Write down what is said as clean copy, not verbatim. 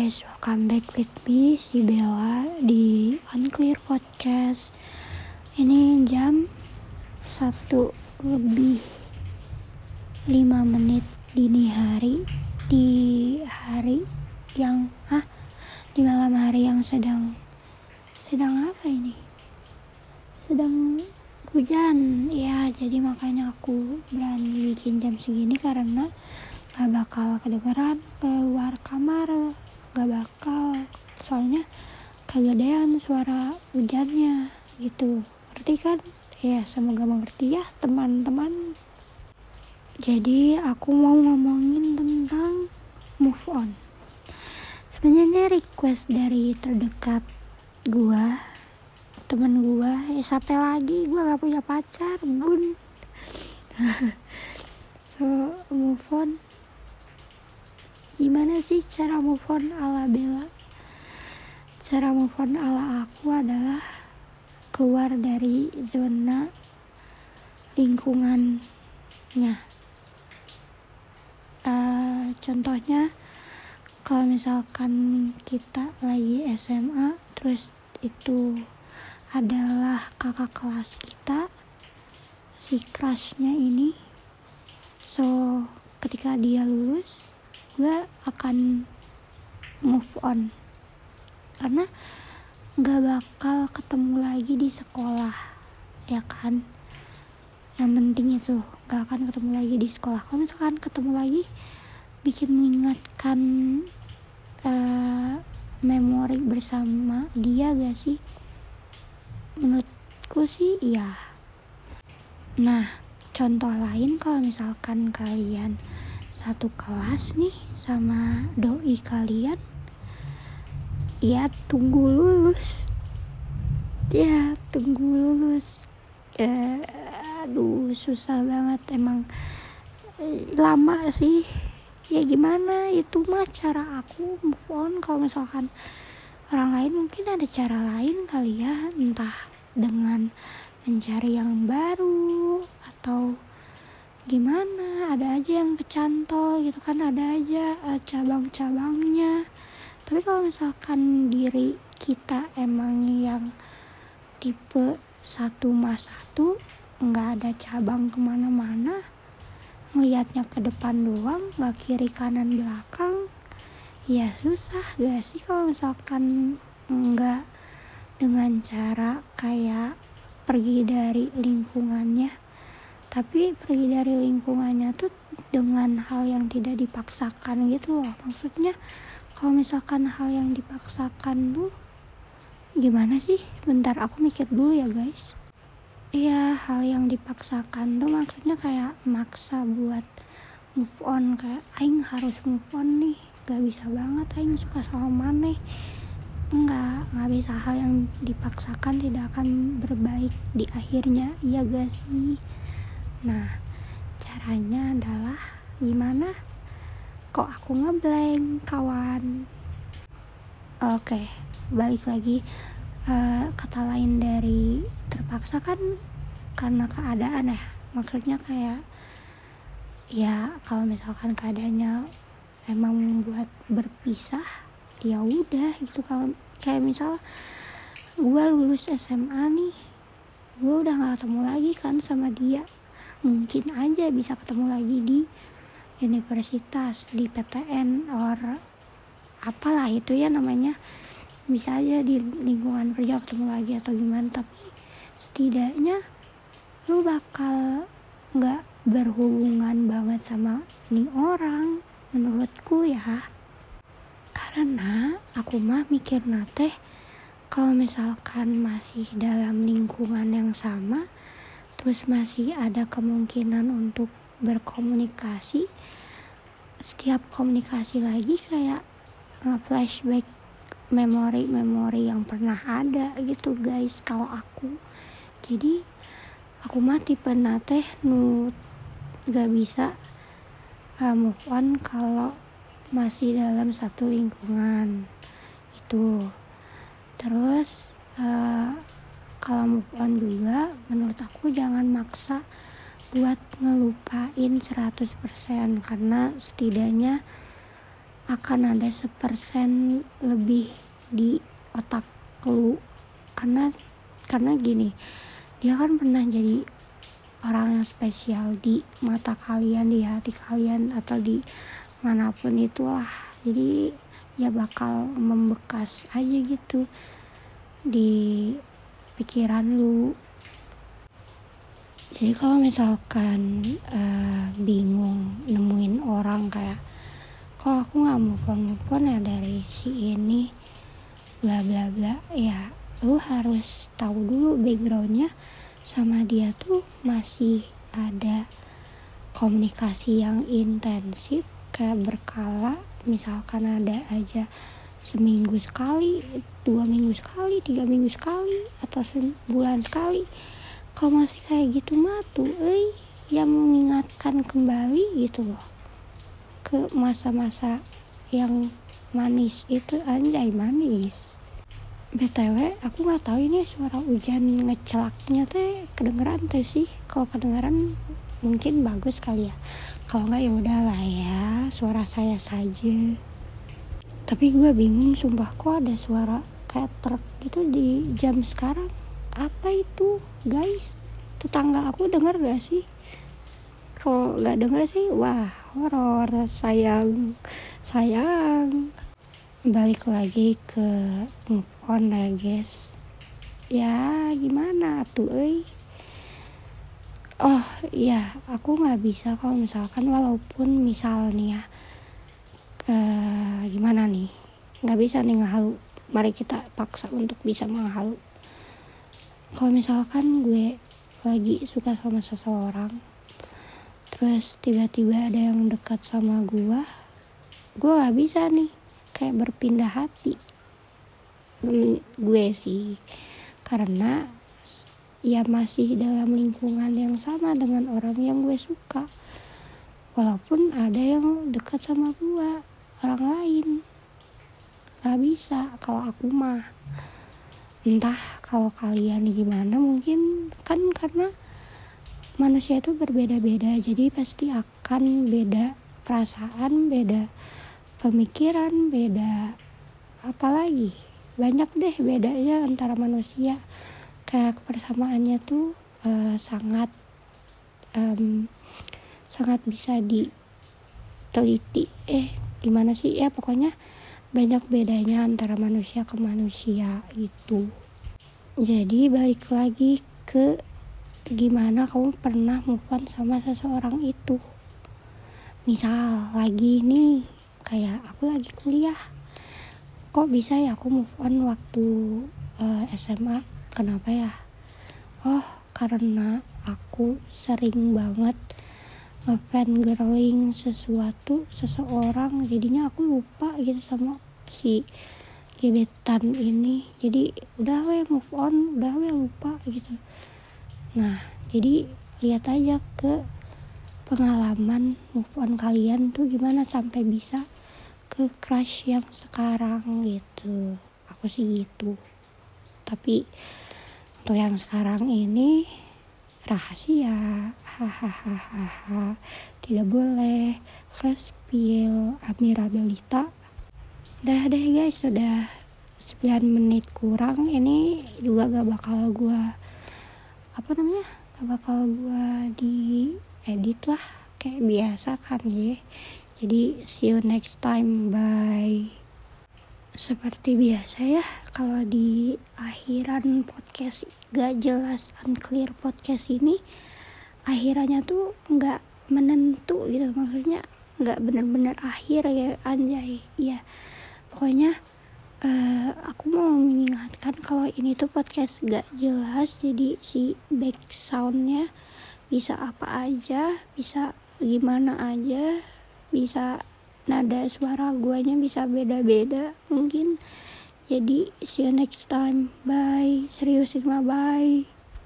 guys, welcome back with me, si Bella di Unclear Podcast. Ini jam 1:05 dini hari, di malam hari yang sedang apa ini? Sedang hujan, ya. Jadi makanya aku berani bikin jam segini karena gak bakal kedengeran keluar kamar, gak bakal, soalnya kegedean suara hujannya gitu, ngerti kan? Ya semoga mengerti ya teman-teman. Jadi aku mau ngomongin tentang move on. Sebenarnya ini request dari terdekat gua, temen gua. Sampai lagi gua gak punya pacar, bun. So move on, gimana sih cara move on ala Bella? Cara move on ala aku adalah keluar dari zona lingkungannya. Contohnya kalau misalkan kita lagi SMA, terus itu adalah kakak kelas kita, si crushnya ini. So ketika dia lulus, gue akan move on karena gak bakal ketemu lagi di sekolah, ya kan? Yang penting itu gak akan ketemu lagi di sekolah. Kalau misalkan ketemu lagi, bikin mengingatkan memori bersama dia gak sih? Menurutku sih iya. Nah, contoh lain, kalau misalkan kalian satu kelas nih sama doi kalian, ya tunggu lulus. Aduh, susah banget emang, lama sih. Ya gimana, itu mah cara aku move on. Kalau misalkan orang lain mungkin ada cara lain kali ya, entah dengan mencari yang baru atau gimana. Ada aja yang kecantol gitu kan, ada aja cabang-cabangnya. Tapi kalau misalkan diri kita emang yang tipe 1+1, nggak ada cabang kemana-mana, ngeliatnya ke depan doang, nggak kiri kanan belakang, ya susah gak sih? Kalau misalkan nggak dengan cara kayak pergi dari lingkungannya, tapi pergi dari lingkungannya tuh dengan hal yang tidak dipaksakan gitu loh. Maksudnya kalau misalkan hal yang dipaksakan tuh gimana sih? Bentar, aku mikir dulu ya guys. Iya, hal yang dipaksakan tuh maksudnya kayak maksa buat move on. Kayak aing harus move on nih, gak bisa banget aing suka sama maneh. Enggak bisa. Hal yang dipaksakan tidak akan berbaik di akhirnya, iya gak sih? Nah, caranya adalah gimana? Kok aku ngeblank, kawan? Oke, balik lagi. Kata lain dari terpaksa kan karena keadaan ya. Maksudnya kayak, ya kalau misalkan keadaannya emang membuat berpisah, ya udah gitu. Kalau kayak misal gue lulus SMA nih, gue udah gak ketemu lagi kan sama dia. Mungkin aja bisa ketemu lagi di universitas, di PTN, or apalah itu ya namanya. Bisa aja di lingkungan kerja ketemu lagi atau gimana. Tapi setidaknya lu bakal gak berhubungan banget sama nih orang, menurutku ya. Karena aku mah mikir teh, kalau misalkan masih dalam lingkungan yang sama, terus masih ada kemungkinan untuk berkomunikasi, setiap komunikasi lagi kayak nge-flashback memori-memori yang pernah ada gitu guys, kalau aku. Jadi aku mah tipe teh nu gak bisa move on kalau masih dalam satu lingkungan itu. Terus kalau move on juga, menurut aku jangan maksa buat ngelupain 100%, karena setidaknya akan ada 1% lebih di otak lu, karena gini, dia kan pernah jadi orang yang spesial di mata kalian, di hati kalian, atau di manapun itulah. Jadi ya bakal membekas aja gitu di pikiran lu. Jadi kalau misalkan bingung nemuin orang kayak, kok aku nggak move on ya dari si ini, bla bla bla, ya lu harus tahu dulu backgroundnya, sama dia tuh masih ada komunikasi yang intensif kayak berkala. Misalkan ada aja seminggu sekali, 2 minggu sekali, 3 minggu sekali, atau sebulan sekali. Kalau masih kayak gitu mah tuh yang mengingatkan kembali gitu loh ke masa-masa yang manis itu. Anjay, manis. BTW aku nggak tahu ini suara hujan ngecelaknya teh kedengeran teh sih. Kalau kedengeran mungkin bagus kali ya, kalau nggak ya udahlah ya, suara saya saja. Tapi gue bingung sumpah, kok ada suara kayak truk gitu di jam sekarang. Apa itu guys? Tetangga aku denger gak sih? Kalau gak denger sih, wah horor. Sayang. Balik lagi ke move on ya guys. Ya gimana tuh oh iya, aku gak bisa kalau misalkan, walaupun misal nih ya, gimana nih, gak bisa nih ngehalu. Mari kita paksa untuk bisa menghalu. Kalau misalkan gue lagi suka sama seseorang, terus tiba-tiba ada yang dekat sama gue gak bisa nih kayak berpindah hati. Gue sih, karena ya masih dalam lingkungan yang sama dengan orang yang gue suka, walaupun ada yang dekat sama gue, orang lain. Gak bisa kalau aku mah. Entah kalau kalian gimana, mungkin kan karena manusia itu berbeda-beda, jadi pasti akan beda perasaan, beda pemikiran, beda apalagi, banyak deh bedanya antara manusia. Kayak kebersamaannya tuh sangat bisa diteliti, gimana sih ya, pokoknya banyak bedanya antara manusia ke manusia itu. Jadi balik lagi ke gimana kamu pernah move on sama seseorang itu. Misal lagi nih, kayak aku lagi kuliah, kok bisa ya aku move on waktu SMA. Kenapa ya? Oh, karena aku sering banget ngefangirling seseorang, jadinya aku lupa gitu sama si gebetan ini. Jadi udah move on, udah lupa gitu. Nah, jadi lihat aja ke pengalaman move on kalian tuh gimana sampai bisa ke crush yang sekarang gitu. Aku sih gitu. Tapi untuk yang sekarang ini rahasia, hahaha, tidak boleh spill amirabilita. Udah deh guys, sudah 9 menit kurang. Ini juga gak bakal gue di edit lah kayak biasa kan ya. Jadi see you next time, bye. Seperti biasa ya, kalau di akhiran podcast gak jelas, unclear podcast ini, akhirannya tuh gak menentu gitu, maksudnya gak bener-bener akhir ya, anjay ya. Pokoknya aku mau mengingatkan kalau ini tuh podcast gak jelas, jadi si back soundnya bisa apa aja, bisa gimana aja, bisa nada suara guanya bisa beda-beda mungkin. Jadi see you next time, bye. Serius mah, bye.